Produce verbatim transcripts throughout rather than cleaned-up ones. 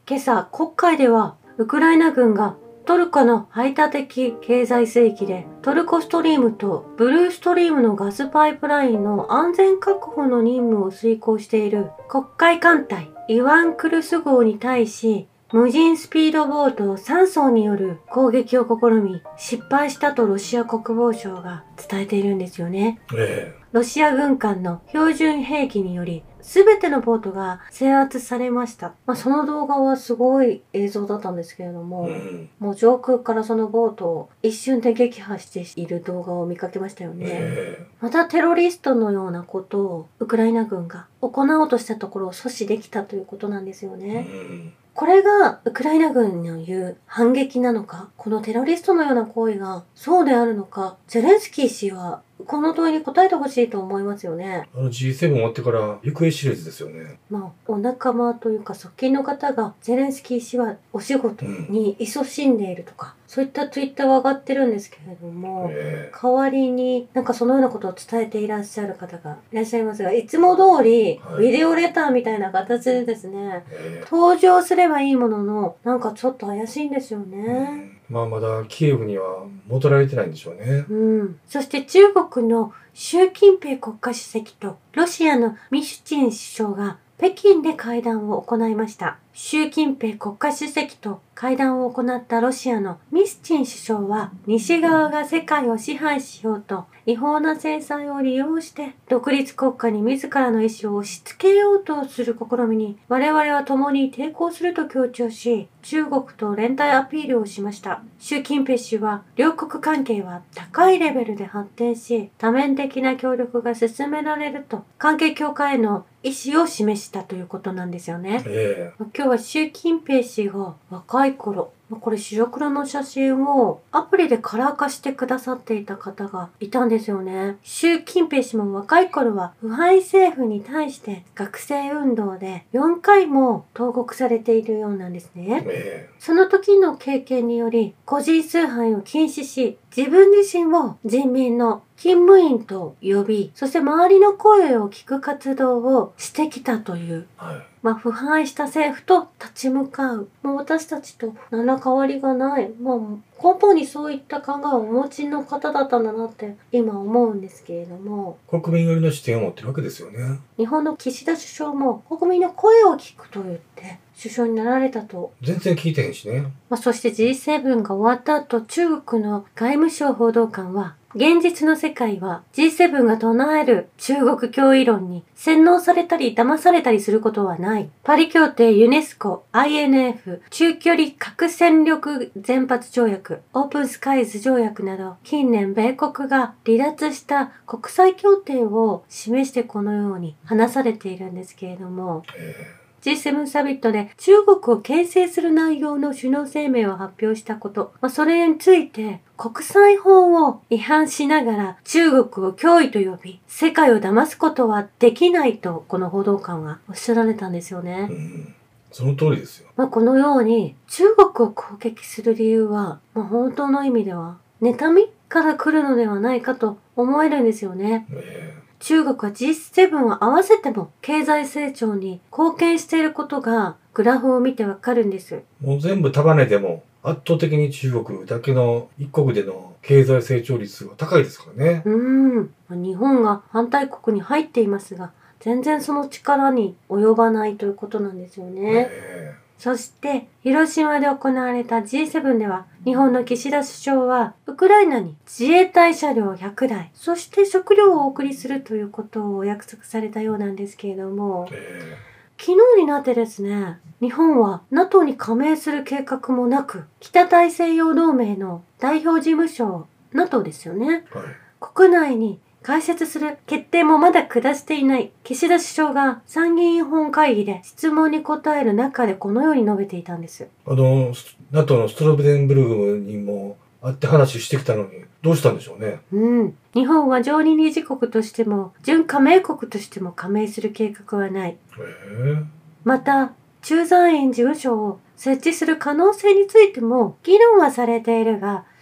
今朝、黒海ではウクライナ軍がトルコの排他的経済水域でトルコストリームとブルーストリームのガスパイプラインの安全確保の任務を遂行している黒海艦隊イワン・クルス号に対し、無人スピードボートさんそうによる攻撃を試み失敗したとロシア国防省が伝えているんですよね。 ええ、 ロシア軍艦の標準兵器により全てのボートが制圧されました。まあ、その動画はすごい映像だったんですけれども、 うん、 もう上空からそのボートを一瞬で撃破している動画を見かけましたよね。 えまたテロリストのようなことをウクライナ軍が行おうとしたところを阻止できたということなんですよえ、 ね。 うん、 これがウクライナ軍の言う反撃なのか、このテロリストのような行為がそうであるのか、ゼレンスキー氏はこの問いに答えてほしいと思いますよね。 あの ジーセブン 終わってから行方知れずですよね。 まあ、お仲間というか側近の方がゼレンスキー氏はお仕事に勤しんでいるとか、そういったツイッターは上がってるんですけれども、 ええ、 代わりになんかそのようなことを伝えていらっしゃる方がいらっしゃいますが、いつも通りはいビデオレターみたいな形でですね、 え登場すればいいものの、なんかちょっと怪しいんですよえ、うね。 ん、まあまだキエフには戻られてないんでしょうね。 うん。そして中国の習近平国家主席とロシアのミシュチン首相が北京で会談を行いました。習近平国家主席と会談を行ったロシアのミシュチン首相は、西側が世界を支配しようと違法な制裁を利用して独立国家に自らの意思を押し付けようとする試みに我々は共に抵抗すると強調し、中国と連帯アピールをしました。習近平氏は、両国関係は高いレベルで発展し、多面的な協力が進められると関係強化への意思を示したということなんですよね。 え今日は習近平氏が若い頃、これ白黒の写真をアプリでカラー化してくださっていた方がいたんですよね。習近平氏も若い頃は腐敗政府に対して学生運動でよんかいも投獄されているようなんですね。 え、えその時の経験により個人崇拝を禁止し、自分自身を人民の勤務員と呼び、そして周りの声を聞く活動をしてきたという、 え、はい。 まあ、腐敗した政府と立ち向かう。もう私たちと何ら変わりがない。まあ、根本にそういった考えをお持ちの方だったんだなって今思うんですけれども、 国民寄りの視点を持ってるわけですよね。 日本の岸田首相も国民の声を聞くと言って首相になられたと。 全然聞いてへんしね。 まあ、そして ジーセブン が終わった後、中国の外務省報道官は、現実の世界は ジーセブン が唱える中国脅威論に洗脳されたり騙されたりすることはない。パリ協定、ユネスコ、アイエヌエフ、中距離核戦力全発条約、オープンスカイズ条約など、近年米国が離脱した国際協定を示してこのように話されているんですけれども、 えジーセブン サミットで中国を牽制する内容の首脳声明を発表したこと、まあ、それについて国際法を違反しながら中国を脅威と呼び、世界を騙すことはできないとこの報道官はおっしゃられたんですよね。 え、うん、その通りですよ。 まあ、このように中国を攻撃する理由は、まあ、本当の意味では妬みから来るのではないかと思えるんですよね。 ええ、 中国は ジーセブン を合わせても経済成長に貢献していることがグラフを見てわかるんです。 もう全部束ねても圧倒的に中国だけの一国での経済成長率が高いですからね。 うーん。日本が反対国に入っていますが、全然その力に及ばないということなんですよね。 えそして、広島で行われた ジーセブン では、日本の岸田首相は、ウクライナに自衛隊車両ひゃくだい、そして食料をお送りするということをお約束されたようなんですけれども、 え、え昨日になってですね、日本は ナトー に加盟する計画もなく、北大西洋同盟の代表事務所、ナトー ですよね。 え、はい。 国内に開設する決定もまだ下していない岸田首相が参議院本会議で質問に答える中でこのように述べていたんです。 あの、ナトー のストロベンブルグにも会って話してきたのに、どうしたんでしょうね。 うん。日本は常任理事国としても、準加盟国としても加盟する計画はない。 へえ、 また、駐在員事務所を設置する可能性についても議論はされているが、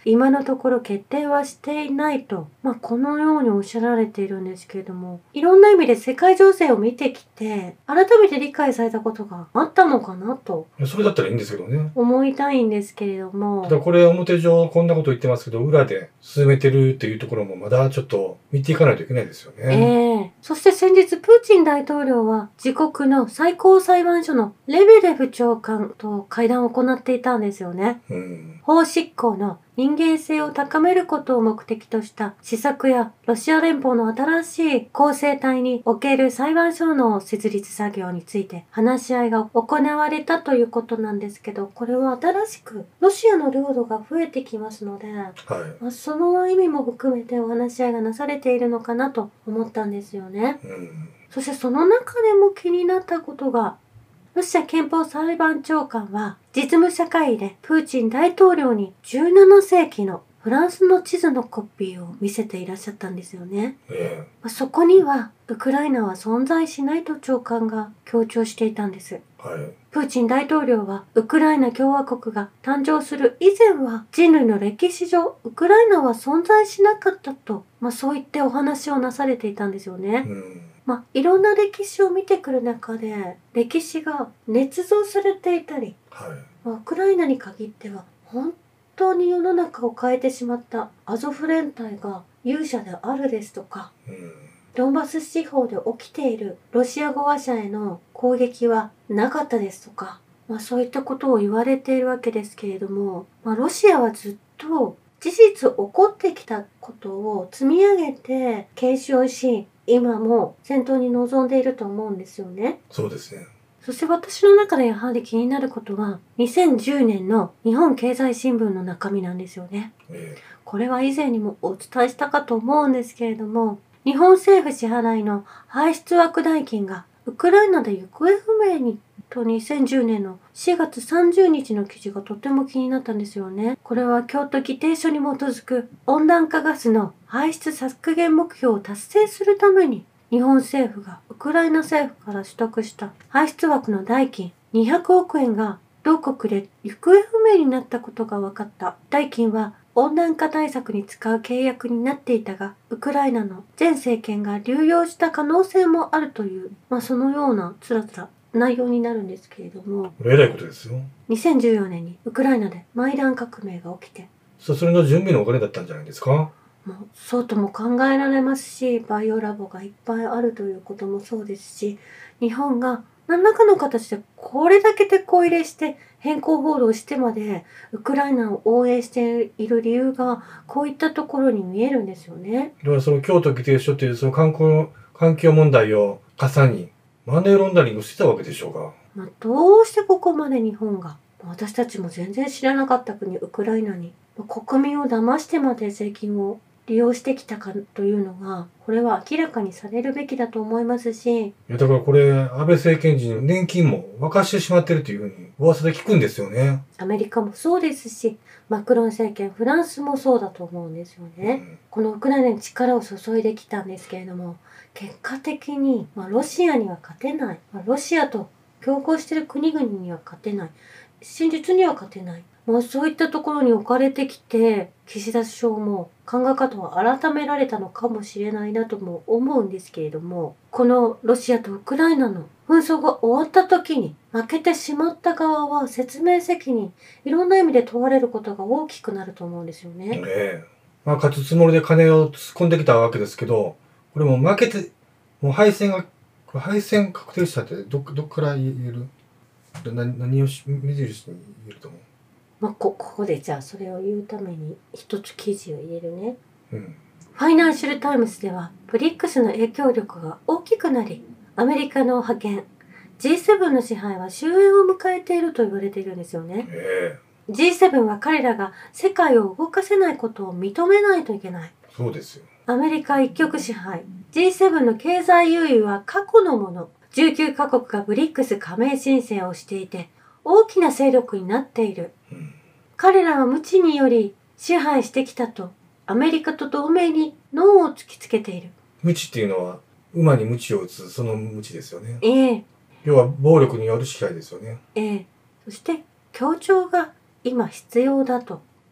今のところ決定はしていないと、まあ、このようにおっしゃられているんですけれども、いろんな意味で世界情勢を見てきて、改めて理解されたことがあったのかなとそれだったらいいんですけどね。 思いたいんですけれども。 ただこれ表上こんなこと言ってますけど、裏で進めてるっていうところもまだちょっと見ていかないといけないですよえね。 えそして先日、プーチン大統領は自国の最高裁判所のレベレフ長官と会談を行っていたんですよね。 うん。 法執行の人間性を高めることを目的とした施策やロシア連邦の新しい構成体における裁判所の設立作業について話し合いが行われたということなんですけど、これは新しくロシアの領土が増えてきますので、 はい。 まあ、その意味も含めてお話し合いがなされているのかなと思ったんですよね。 うん。 そしてその中でも気になったことが、ロシア憲法裁判長官は実務者会議でプーチン大統領にじゅうななせいきのフランスの地図のコピーを見せていらっしゃったんですよね。 えまあそこにはウクライナは存在しないと長官が強調していたんです。 えはい。 プーチン大統領はウクライナ共和国が誕生する以前は人類の歴史上ウクライナは存在しなかったと、まあ、そう言ってお話をなされていたんですよね。 うん。 まあ、いろんな歴史を見てくる中で歴史が捏造されていたり、 はい。 まあ、ウクライナに限っては本当に世の中を変えてしまったアゾフ連隊が勇者であるですとか、 うん。 ドンバス地方で起きているロシア語話者への攻撃はなかったですとか、まあ、そういったことを言われているわけですけれども、まあ、ロシアはずっと事実起こってきたことを積み上げて検証し、今も戦闘に臨んでいると思うんですよね。 そうですね。 そして私の中でやはり気になることはにせんじゅうねんの日本経済新聞の中身なんですよね。 えこれは以前にもお伝えしたかと思うんですけれども、日本政府支払いの排出枠代金がウクライナで行方不明にとにせんじゅうねんのしがつさんじゅうにちの記事がとても気になったんですよね。これは京都議定書に基づく温暖化ガスの排出削減目標を達成するために日本政府がウクライナ政府から取得した排出枠の代金にひゃくおくえんが同国で行方不明になったことが分かった。代金は温暖化対策に使う契約になっていたが、ウクライナの前政権が流用した可能性もあるという、まあそのようなつらつら内容になるんですけれども、 え。えらいことですよ。 にせんじゅうよねんにウクライナでマイダン革命が起きて、 そそれの準備のお金だったんじゃないですか。 もうそうとも考えられますし、バイオラボがいっぱいあるということもそうですし、日本が何らかの形でこれだけ手こ入れして変更報道してまでウクライナを応援している理由がこういったところに見えるんですよね。 だからその京都議定書というその環境環境問題を傘にマネーロンダリングしてたわけでしょうが。 まあ、どうしてここまで日本が、私たちも全然知らなかった国ウクライナに国民を騙してまで税金を利用してきたかというのが、これは明らかにされるべきだと思いますし、 いやだからこれ安倍政権時に年金も沸かしてしまってるというふうに噂で聞くんですよね。 アメリカもそうですし、マクロン政権、フランスもそうだと思うんですよね。 うん、 このウクライナに力を注いできたんですけれども、結果的に、まあ、ロシアには勝てない、まあ、ロシアと競合している国々には勝てない、真実には勝てない、まあ、そういったところに置かれてきて、岸田首相も考え方を改められたのかもしれないなとも思うんですけれども、このロシアとウクライナの紛争が終わった時に負けてしまった側は説明責任、いろんな意味で問われることが大きくなると思うんですよね。 ねえ。まあ勝つつもりで金を突っ込んできたわけですけど、これもう負けて、もう敗戦が、これ敗戦確定したってど、どっから言えるな何をし目印に言えると思う。 まあ、こ、ここでじゃあそれを言うために一つ記事を入れるね。 うん。 ファイナンシャルタイムズでは、ブリックスの影響力が大きくなり、アメリカの覇権、ジーセブン の支配は終焉を迎えていると言われているんですよね。 ええ。 ジーセブン は彼らが世界を動かせないことを認めないといけない。 そうですよ。 アメリカ一極支配。ジーセブン の経済優位は過去のもの。じゅうきゅうカ国がブリックス加盟申請をしていて、大きな勢力になっている。 うん、 彼らは無知により支配してきたと、アメリカと同盟にノーを突きつけている。 無知っていうのは、馬に鞭を打つ、その無知ですよね。 ええ。 要は暴力による支配ですよね。 ええ。そして、協調が今必要だと。このよう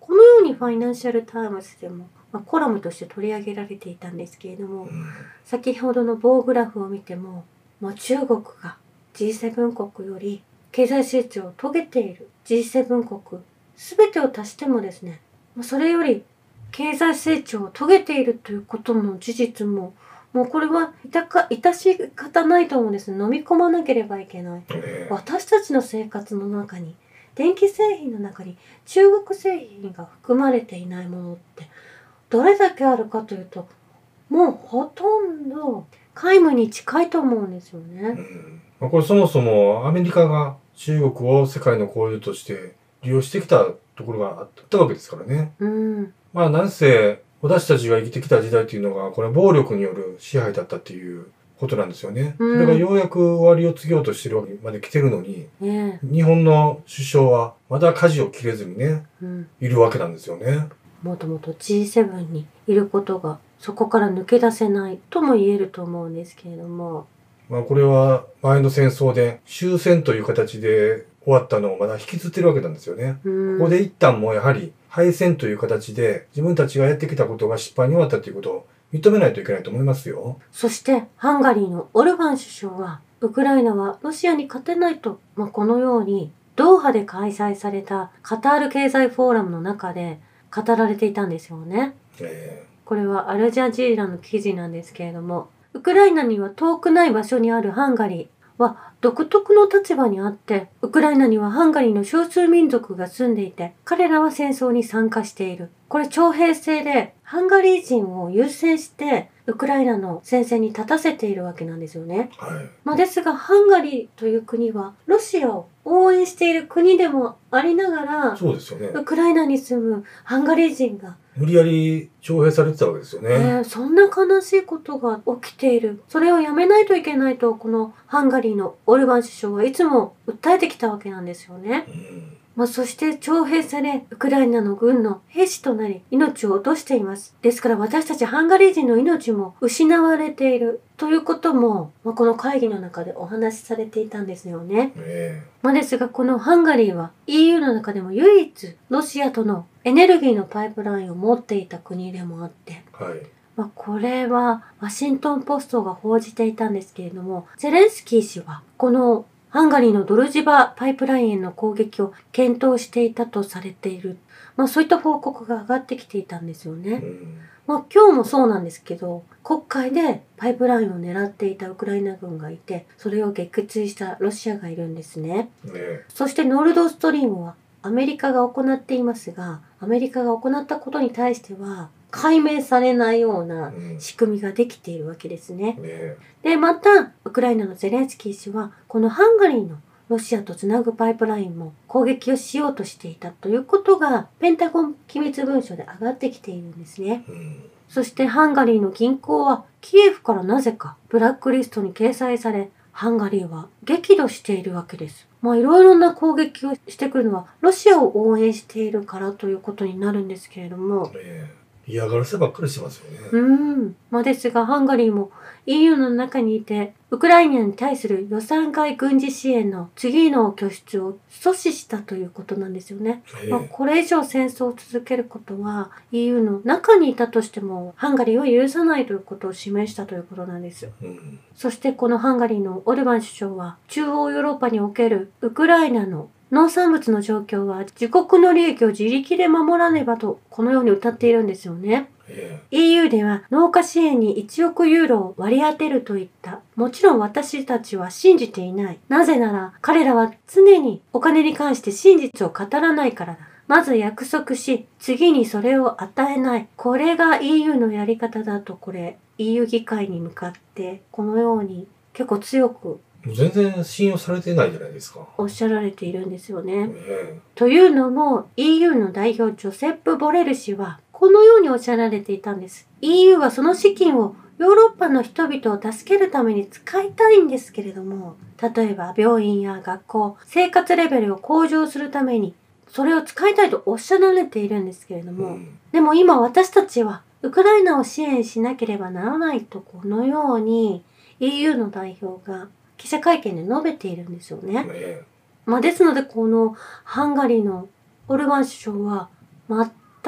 にファイナンシャルタイムズでも、まあ、コラムとして取り上げられていたんですけれども、 うん、 先ほどの棒グラフを見ても、まあ、中国が ジーセブン 国より経済成長を遂げている ジーセブン 国全てを足してもですね、まあ、それより経済成長を遂げているということの事実も、もうこれはいたか、致し方ないと思うんです。飲み込まなければいけない。私たちの生活の中に、電気製品の中に中国製品が含まれていないものってどれだけあるかというと、もうほとんど皆無に近いと思うんですよね。 うんまあ、これそもそもアメリカが中国を世界の交流として利用してきたところがあったわけですからね。 うん、 まあなんせ私たちが生きてきた時代というのがこれは暴力による支配だったっていうことなんですよね。 うん、 それがようやく終わりを告げようとしてるわけまで来てるのに、 ね、 日本の首相はまだ舵を切れずにね、 うん、 いるわけなんですよね。 もともと ジーセブン にいることがそこから抜け出せないとも言えると思うんですけれども、 まあこれは前の戦争で終戦という形で終わったのをまだ引きずってるわけなんですよね。 うん、 ここで一旦もうやはり敗戦という形で自分たちがやってきたことが失敗に終わったということを認めないといけないと思いますよ。 そしてハンガリーのオルバン首相は、ウクライナはロシアに勝てないと、まあ、このようにドーハで開催されたカタール経済フォーラムの中で語られていたんですよね。 えこれはアルジャジーラの記事なんですけれども、ウクライナには遠くない場所にあるハンガリーは独特の立場にあって、ウクライナにはハンガリーの少数民族が住んでいて、彼らは戦争に参加している。これ徴兵制でハンガリー人を優先してウクライナの戦線に立たせているわけなんですよね。 ーはいまあ、ですがハンガリーという国はロシアを応援している国でもありながら、 そうですよね。 ウクライナに住むハンガリー人が無理やり徴兵されてたわけですよね。 えー、そんな悲しいことが起きている。それをやめないといけないと、このハンガリーのオルバン首相はいつも訴えてきたわけなんですよね。 うんまあ、そして徴兵され、ウクライナの軍の兵士となり、命を落としています。ですから私たちハンガリー人の命も失われているということも、まあ、この会議の中でお話しされていたんですよね。 えまあ、ですがこのハンガリーは イーユー の中でも唯一ロシアとのエネルギーのパイプラインを持っていた国でもあって、 ーはいまあ、これはワシントンポストが報じていたんですけれども、ゼレンスキー氏はこのハンガリーのドルジバパイプラインへの攻撃を検討していたとされている。まあそういった報告が上がってきていたんですよね。 うんまあ今日もそうなんですけど、黒海でパイプラインを狙っていたウクライナ軍がいて、それを撃墜したロシアがいるんですね。 ねそしてノルドストリームはアメリカが行っていますが、アメリカが行ったことに対しては解明されないような仕組みができているわけですね。 ねで、また、ウクライナのゼレンスキー氏は、このハンガリーのロシアとつなぐパイプラインも攻撃をしようとしていたということが、ペンタゴン機密文書で上がってきているんですね。 うんそしてハンガリーの銀行は、キエフからなぜかブラックリストに掲載され、ハンガリーは激怒しているわけです。まあいろいろな攻撃をしてくるのは、ロシアを応援しているからということになるんですけれども、 ね嫌がらせばっかりしてますよね。 うーん。まあですが、ハンガリーも イーユー の中にいて、ウクライナに対する予算外軍事支援の次の拠出を阻止したということなんですよね。 ええまあ、これ以上戦争を続けることは イーユー の中にいたとしてもハンガリーを許さないということを示したということなんですよ。 うんそしてこのハンガリーのオルバン首相は中央ヨーロッパにおけるウクライナの農産物の状況は自国の利益を自力で守らねばとこのように歌っているんですよね。 えイーユー では農家支援にいちおくユーロを割り当てるといった。もちろん私たちは信じていない。なぜなら彼らは常にお金に関して真実を語らないからだ。まず約束し、次にそれを与えない。これが イーユー のやり方だと、これ イーユー 議会に向かってこのように結構強くもう全然信用されてないじゃないですか。 おっしゃられているんですよね。 えというのも イーユー の代表ジョセップ・ボレル氏はこのようにおっしゃられていたんです。イーユー はその資金をヨーロッパの人々を助けるために使いたいんですけれども、例えば病院や学校、生活レベルを向上するためにそれを使いたいとおっしゃられているんですけれども、 うん、 でも今私たちはウクライナを支援しなければならないとこのように イーユー の代表が記者会見で述べているんですよね。 ねまあ、ですのでこのハンガリーのオルバン首相は全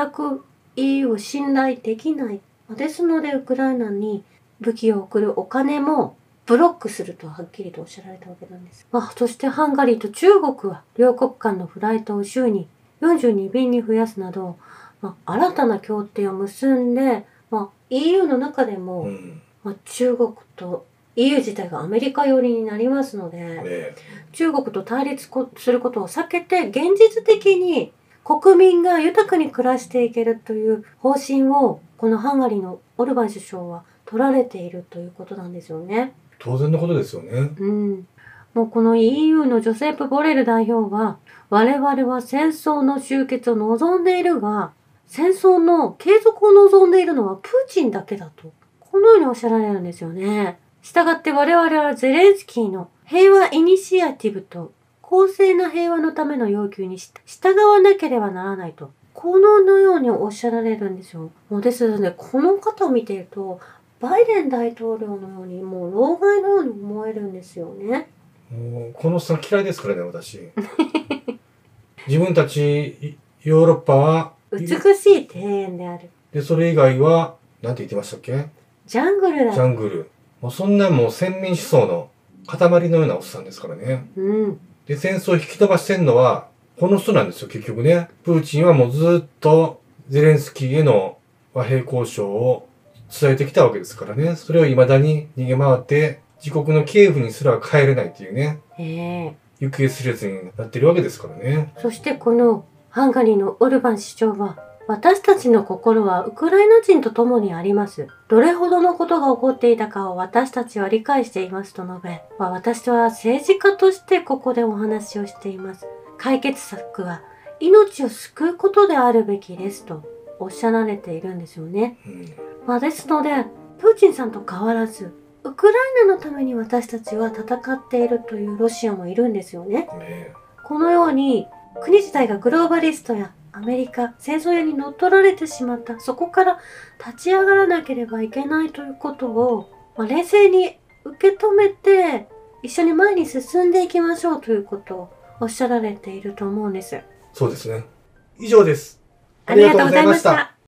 全く イーユー を信頼できない。ですのでウクライナに武器を送るお金もブロックするとはっきりとおっしゃられたわけなんです。まあ、そしてハンガリーと中国は両国間のフライトを週によんじゅうにびんに増やすなど、まあ、新たな協定を結んで、まあ、イーユー の中でも、 うん、 まあ、中国と イーユー 自体がアメリカ寄りになりますので、 ね、 中国と対立することを避けて現実的に国民が豊かに暮らしていけるという方針をこのハンガリーのオルバン首相は取られているということなんですよね。 当然のことですよね。 うん。もうこの イーユー のジョセープ・ボレル代表は、我々は戦争の終結を望んでいるが、戦争の継続を望んでいるのはプーチンだけだと、このようにおっしゃられるんですよね。したがって我々はゼレンスキーの平和イニシアティブと公正な平和のための要求に従わなければならないと、このようにおっしゃられるんですよ。もうですので、この方を見ていると、バイデン大統領のようにもう老害のように思えるんですよね。 もうこの人嫌いですからね、私。自分たちヨーロッパは美しい庭園である。 で、それ以外はなんて言ってましたっけ？ ジャングルだ。 ジャングル。もうそんなもう先民思想の塊のようなおっさんですからね。 うん。 で、戦争を引き飛ばしてんのはこの人なんですよ、結局ね。プーチンはもうずっとゼレンスキーへの和平交渉を伝えてきたわけですからね。それを未だに逃げ回って、自国のキエフにすら帰れないっていうね。 ええ。 行方知れずになってるわけですからね。 そしてこのハンガリーのオルバン首相は、私たちの心はウクライナ人と共にあります。どれほどのことが起こっていたかを私たちは理解していますと述べ、まあ、私は政治家としてここでお話をしています。解決策は命を救うことであるべきですとおっしゃられているんですよね。 うん、 まあ、ですので、プーチンさんと変わらず、ウクライナのために私たちは戦っているというロシアもいるんですよね。 ね、 このように国自体がグローバリストやアメリカ、戦争屋に乗っ取られてしまった。そこから立ち上がらなければいけないということを、まあ、冷静に受け止めて一緒に前に進んでいきましょうということをおっしゃられていると思うんです。 そうですね。以上です。 ありがとうございました。